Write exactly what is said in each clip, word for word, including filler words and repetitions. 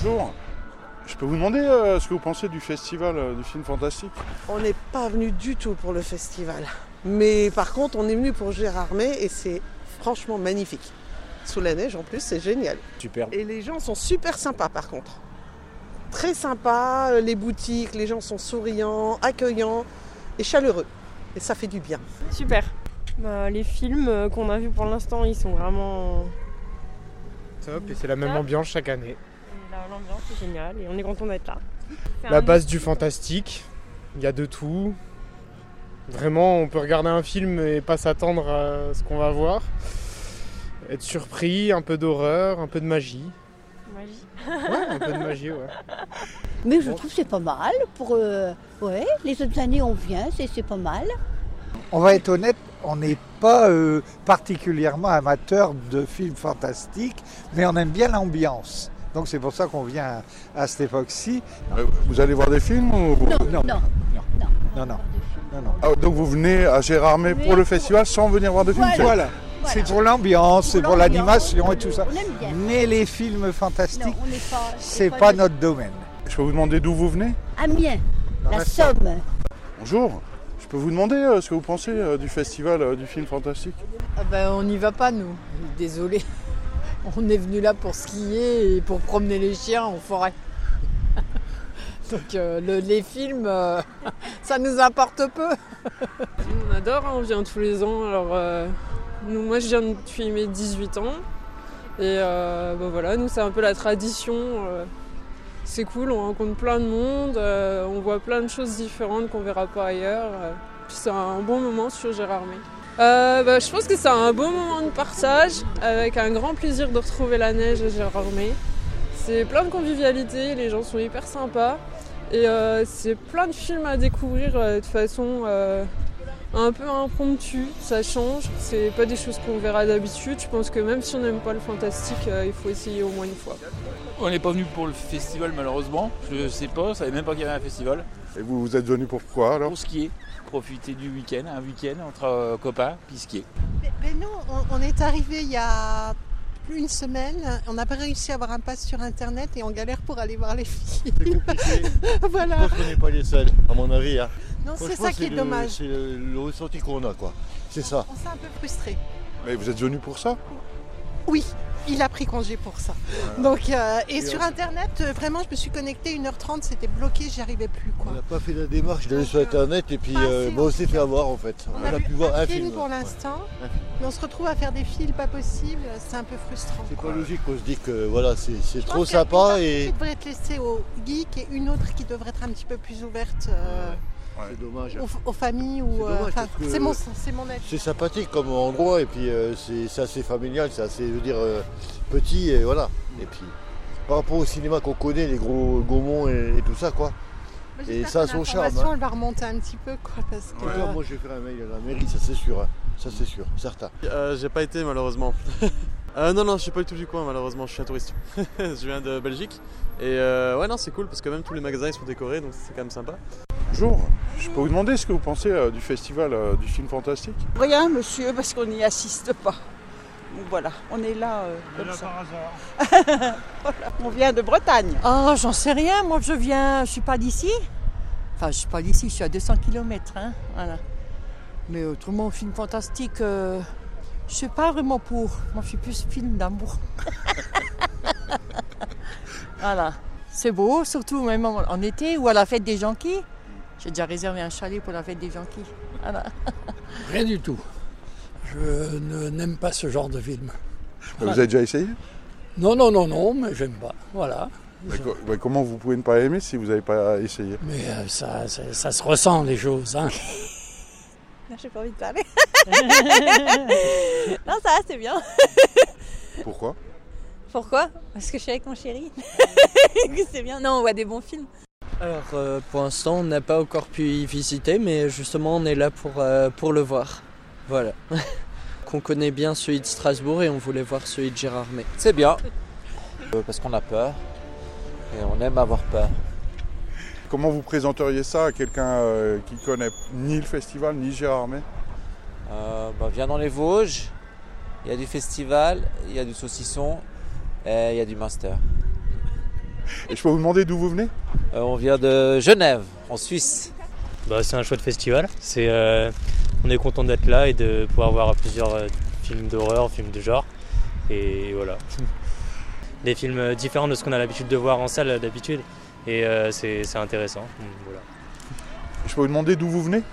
Bonjour, je peux vous demander euh, ce que vous pensez du festival euh, du film fantastique? On n'est pas venu du tout pour le festival. Mais par contre, on est venu pour Gérardmer et c'est franchement magnifique. Sous la neige en plus, c'est génial. Super. Et les gens sont super sympas par contre. Très sympas, les boutiques, les gens sont souriants, accueillants et chaleureux. Et ça fait du bien. Super. Bah, les films qu'on a vus pour l'instant, ils sont vraiment top et c'est la même ambiance chaque année. Là, l'ambiance est géniale et on est content d'être là. C'est La un- base du fantastique, il y a de tout. Vraiment, on peut regarder un film et pas s'attendre à ce qu'on va voir. Être surpris, un peu d'horreur, un peu de magie. Magie. Ouais, un peu de magie, ouais. Mais je trouve que c'est pas mal. Pour, euh, ouais, les autres années, on vient, c'est, c'est pas mal. On va être honnête, on n'est pas euh, particulièrement amateur de films fantastiques, mais on aime bien l'ambiance. Donc c'est pour ça qu'on vient à cette époque-ci. Euh, Vous allez voir des films ou... Non, non, non, non. non, non, non, non. Ah, donc vous venez à Gérardmer pour le festival sans venir voir de films? Voilà. Voilà, Voilà. c'est pour l'ambiance, c'est pour l'ambiance, l'animation et tout ça. On aime bien. Mais les films Non, fantastiques, on n'est pas. c'est pas notre domaine. Je peux vous demander d'où vous venez? Amiens, Dans la la Somme. Bonjour, je peux vous demander euh, ce que vous pensez euh, du festival euh, du film fantastique? Ah ben, on n'y va pas, nous. Désolé. On est venu là pour skier et pour promener les chiens en forêt. Donc euh, le- les films, euh, ça nous importe peu. On adore, hein, on vient tous les ans. Alors, euh, nous, moi, je viens depuis mes dix-huit ans. Et euh, bah, voilà, nous, c'est un peu la tradition. euh, c'est cool, on rencontre plein de monde, euh, on voit plein de choses différentes qu'on verra pas ailleurs. euh, puis c'est un bon moment sur Gérardmer. Euh, bah, je pense que c'est un beau moment de partage, avec un grand plaisir de retrouver la neige à Gérardmer. C'est plein de convivialité, les gens sont hyper sympas. Et euh, c'est plein de films à découvrir euh, de façon euh, un peu impromptue, ça change. C'est pas des choses qu'on verra d'habitude. Je pense que même si on n'aime pas le fantastique, euh, il faut essayer au moins une fois. On n'est pas venu pour le festival malheureusement, je sais pas, je savais même pas qu'il y avait un festival. Et vous, vous êtes venu pour quoi alors? Pour skier, profiter du week-end, un week-end entre euh, copains, puis skier. Mais, mais nous, on, on est arrivés il y a plus d'une semaine. On n'a pas réussi à avoir un pass sur Internet et on galère pour aller voir les films. C'est compliqué. Voilà. Je pense qu'on n'est pas les seuls, à mon avis. Hein. Non, c'est Franchement, ça qui est le- dommage. C'est le, le ressenti qu'on a, quoi. C'est ça. On s'est un peu frustrés. Mais vous êtes venu pour ça? Oui, il a pris congé pour ça. Donc, euh, et sur Internet, euh, vraiment, je me suis connectée une heure trente, c'était bloqué, j'y arrivais plus. On Quoi. n'a pas fait la démarche d'aller sur Internet et puis Pas euh, assez, bon, on en s'est tout fait cas. avoir en fait. On, a, vu pu voir un un film, film. pour ouais. l'instant, Un film. mais on se retrouve à faire des films pas possibles, c'est un peu frustrant. C'est quoi. pas logique qu'on se dit que voilà, c'est c'est Je trop pense qu'il y a une sympa partie et qui devrait être laissée aux geeks et une autre qui devrait être un petit peu plus ouverte euh, c'est dommage. aux, aux familles. Ou, C'est dommage euh, enfin, parce que- c'est mon, c'est mon avis. C'est sympathique comme endroit et puis euh, c'est c'est assez familial, c'est assez, je veux dire, euh, petit et voilà. Et puis par rapport au cinéma qu'on connaît, les gros Gaumont et, et tout ça, quoi. Moi, Et j'espère ça a que son charme, l'information, hein. elle va remonter un petit peu, quoi, parce que... En tout cas, moi je vais faire un mail à la mairie, ça c'est sûr. hein. Ça c'est sûr, certain. Euh, j'ai pas été malheureusement. euh, non, non, je suis pas du tout du coin malheureusement, je suis un touriste. Je viens de Belgique. Et euh, ouais, non, c'est cool parce que même tous les magasins ils sont décorés donc c'est quand même sympa. Bonjour, je peux vous demander ce que vous pensez euh, du festival euh, du film fantastique? Rien, monsieur, parce qu'on n'y assiste pas. Donc voilà, on est là euh, comme ça. par hasard. Voilà, on vient de Bretagne. Oh, j'en sais rien, moi je viens, je suis pas d'ici. Enfin, je suis pas d'ici, je suis à deux cents kilomètres, hein, voilà. Mais autrement, film fantastique, euh, je suis pas vraiment pour. Moi, je suis plus film d'amour. Voilà, c'est beau, surtout même en, en été ou à la fête des Jonquilles. J'ai déjà réservé un chalet pour la fête des Jonquilles. Voilà. Rien du tout. Je ne- n'aime pas ce genre de film. Vous avez déjà essayé? Non, non, non, non, mais j'aime pas. Voilà. Bah, co- bah, comment vous pouvez ne pas aimer si vous n'avez pas essayé? Mais euh, ça, ça, ça se ressent, les choses. Hein. Non, j'ai pas envie de parler. Non, ça va, c'est bien. Pourquoi? Pourquoi? Parce que je suis avec mon chéri. Que c'est bien. Non, on voit des bons films. Alors euh, pour l'instant on n'a pas encore pu y visiter mais justement on est là pour, euh, pour le voir. Voilà. Qu'on connaît bien celui de Strasbourg et on voulait voir celui de Gérardmer. C'est bien, euh, parce qu'on a peur et on aime avoir peur. Comment vous présenteriez ça à quelqu'un euh, qui connaît ni le festival ni Gérardmer? Euh, bah, viens dans les Vosges, il y a du festival, il y a du saucisson et il y a du master. Et je peux vous demander d'où vous venez ? Euh, on vient de Genève, en Suisse. Bah, c'est un chouette festival. C'est, euh, on est content d'être là et de pouvoir voir plusieurs euh, films d'horreur, films de genre. Et voilà. Des films différents de ce qu'on a l'habitude de voir en salle d'habitude. Et euh, c'est, c'est intéressant. Voilà. Je peux vous demander d'où vous venez ?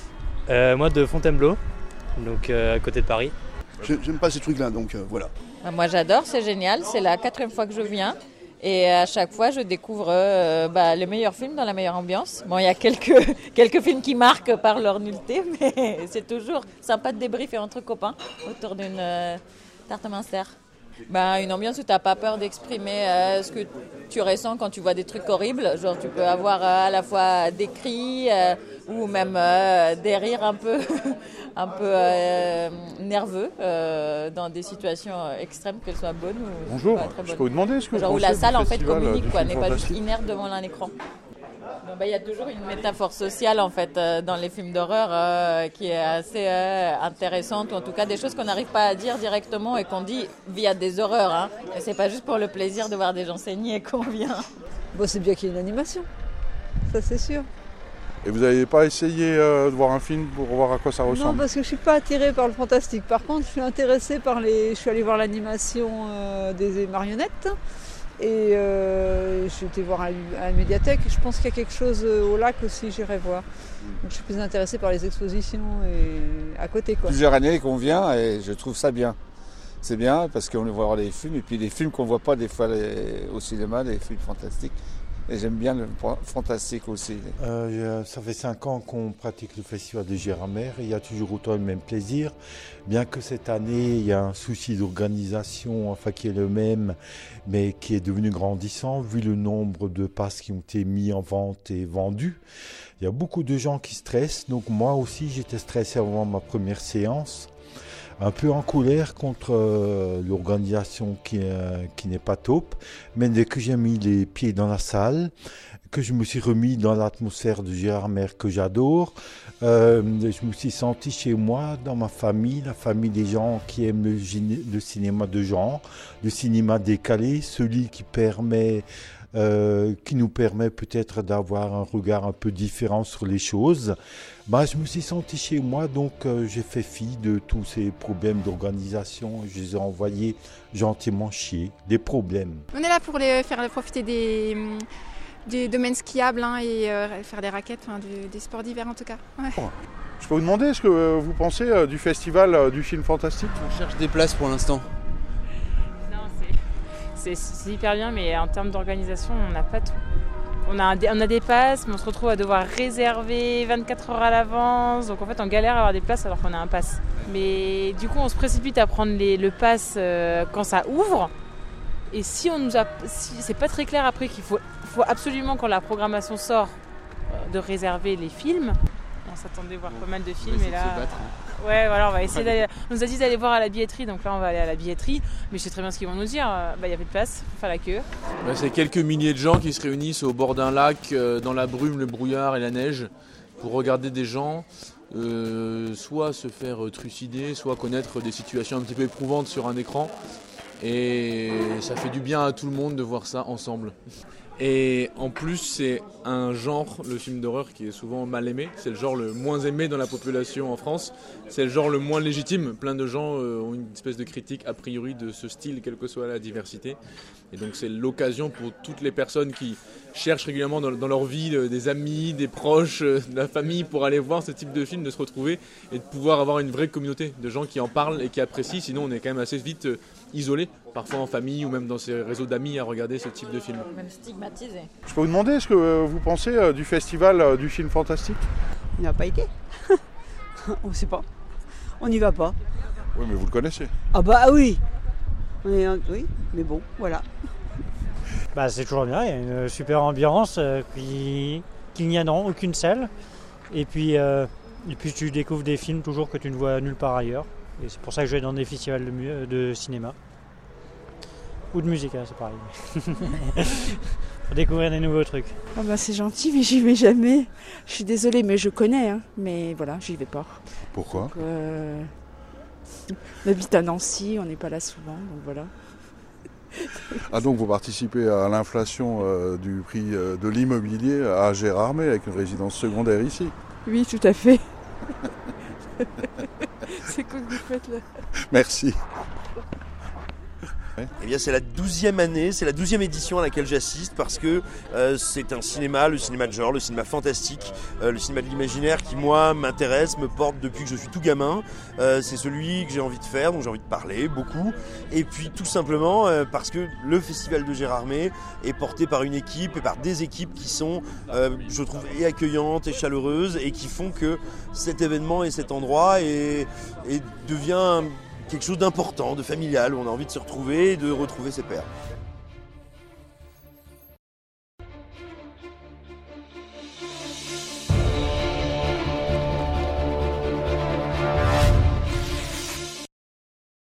euh, Moi de Fontainebleau, donc euh, à côté de Paris. J'aime pas ces trucs-là, donc euh, voilà. Moi j'adore, c'est génial, c'est la quatrième fois que je viens et à chaque fois je découvre euh, bah, les meilleurs films dans la meilleure ambiance. Bon, il y a quelques, quelques films qui marquent par leur nullité, mais c'est toujours sympa de débriefer entre copains autour d'une euh, tarte mincer. Bah, une ambiance où tu n'as pas peur d'exprimer euh, ce que tu ressens quand tu vois des trucs horribles. Genre tu peux avoir euh, à la fois des cris euh, ou même euh, des rires un peu, un peu euh, nerveux euh, dans des situations extrêmes, qu'elles soient bonnes ou Bonjour, pas très bonnes. je peux vous demander ce que Genre vous où la pensez salle du en fait festival, communique, du quoi, film n'est pas juste fantastique. inerte devant un écran. Bon, bah, y a toujours une métaphore sociale en fait euh, dans les films d'horreur euh, qui est assez euh, intéressante, ou en tout cas des choses qu'on n'arrive pas à dire directement et qu'on dit via des horreurs. Hein. Et c'est pas juste pour le plaisir de voir des gens saigner qu'on vient. Bon, c'est bien qu'il y ait une animation, ça c'est sûr. Et vous n'avez pas essayé euh, de voir un film pour voir à quoi ça ressemble ? Non, parce que je suis pas attirée par le fantastique. Par contre, je suis intéressée par les. Je suis allée voir l'animation euh, des marionnettes. Et euh, j'étais voir à la médiathèque. Je pense qu'il y a quelque chose au lac aussi, j'irai voir. Donc je suis plus intéressée par les expositions et à côté, quoi. Plusieurs années qu'on vient et je trouve ça bien. C'est bien parce qu'on voit voir les films et puis les films qu'on ne voit pas des fois les, au cinéma, les films fantastiques. Et j'aime bien le fantastique aussi. Euh, ça fait cinq ans qu'on pratique le festival de Gérardmer. Il y a toujours autant le même plaisir. Bien que cette année, il y a un souci d'organisation, enfin qui est le même, mais qui est devenu grandissant, vu le nombre de passes qui ont été mis en vente et vendus. Il y a beaucoup de gens qui stressent. Donc moi aussi, j'étais stressé avant ma première séance. Un peu en colère contre euh, l'organisation qui, euh, qui n'est pas top. Mais dès que j'ai mis les pieds dans la salle, que je me suis remis dans l'atmosphère de Gérardmer que j'adore, euh, je me suis senti chez moi, dans ma famille, la famille des gens qui aiment le, le cinéma de genre, le cinéma décalé, celui qui permet... Euh, qui nous permet peut-être d'avoir un regard un peu différent sur les choses. Bah, je me suis senti chez moi, donc euh, j'ai fait fi de tous ces problèmes d'organisation. Je les ai envoyés gentiment chier, des problèmes. On est là pour les faire profiter des, des domaines skiables hein, et euh, faire des raquettes, enfin, du, des sports d'hiver en tout cas. Ouais. Je peux vous demander ce que vous pensez euh, du festival euh, du film fantastique ? On cherche des places pour l'instant. C'est, c'est hyper bien, mais en termes d'organisation, on n'a pas tout. On a, un, on a des passes, mais on se retrouve à devoir réserver vingt-quatre heures à l'avance. Donc en fait, on galère à avoir des places alors qu'on a un pass. Mais du coup, on se précipite à prendre les, le pass euh, quand ça ouvre. Et si on nous a, si, c'est pas très clair après qu'il faut, faut absolument, quand la programmation sort, euh, de réserver les films. On s'attendait voir pas mal de films et là. Se battre, hein. Ouais, voilà, on va essayer d'aller. On nous a dit d'aller voir à la billetterie, donc là on va aller à la billetterie. Mais je sais très bien ce qu'ils vont nous dire. Bah, il n'y a plus de place, il faut faire la queue. Bah, c'est quelques milliers de gens qui se réunissent au bord d'un lac, euh, dans la brume, le brouillard et la neige, pour regarder des gens euh, soit se faire trucider, soit connaître des situations un petit peu éprouvantes sur un écran. Et ça fait du bien à tout le monde de voir ça ensemble. Et en plus, c'est un genre, le film d'horreur, qui est souvent mal aimé. C'est le genre le moins aimé dans la population en France. C'est le genre le moins légitime. Plein de gens euh, ont une espèce de critique a priori de ce style, quelle que soit la diversité. Et donc c'est l'occasion pour toutes les personnes qui cherchent régulièrement dans, dans leur vie euh, des amis, des proches, euh, de la famille pour aller voir ce type de film, de se retrouver et de pouvoir avoir une vraie communauté de gens qui en parlent et qui apprécient. Sinon on est quand même assez vite euh, isolé, parfois en famille ou même dans ses réseaux d'amis à regarder ce type de film. Même stigmatisé. Je peux vous demander ce que vous pensez euh, du festival euh, du film fantastique ? On n'y a pas été. On ne sait pas. On n'y va pas. Oui, mais vous le connaissez. Ah bah oui. On est, oui, mais bon, voilà. Bah, c'est toujours bien, il y a une super ambiance, euh, puis, qu'il n'y a dans aucune salle. Et puis, euh, et puis tu découvres des films toujours que tu ne vois nulle part ailleurs. Et c'est pour ça que je vais dans des festivals de, mu- de cinéma. Ou de musique, hein, c'est pareil. Pour découvrir des nouveaux trucs. Ah bah c'est gentil, mais j'y vais jamais. Je suis désolée, mais je connais, hein. Mais voilà, j'y vais pas. Pourquoi ? Donc, euh... On habite à Nancy, on n'est pas là souvent, donc voilà. Ah donc vous participez à l'inflation euh, du prix euh, de l'immobilier à Gérardmer avec une résidence secondaire ici. Oui, tout à fait. C'est quoi que vous faites là? Merci. Eh bien, c'est la douzième année, c'est la douzième édition à laquelle j'assiste parce que euh, c'est un cinéma, le cinéma de genre, le cinéma fantastique, euh, le cinéma de l'imaginaire qui, moi, m'intéresse, me porte depuis que je suis tout gamin. Euh, c'est celui que j'ai envie de faire, dont j'ai envie de parler beaucoup. Et puis, tout simplement, euh, parce que le Festival de Gérardmer est porté par une équipe et par des équipes qui sont, euh, je trouve, et accueillantes et chaleureuses et qui font que cet événement et cet endroit est, est, devient quelque chose d'important, de familial, où on a envie de se retrouver et de retrouver ses pairs.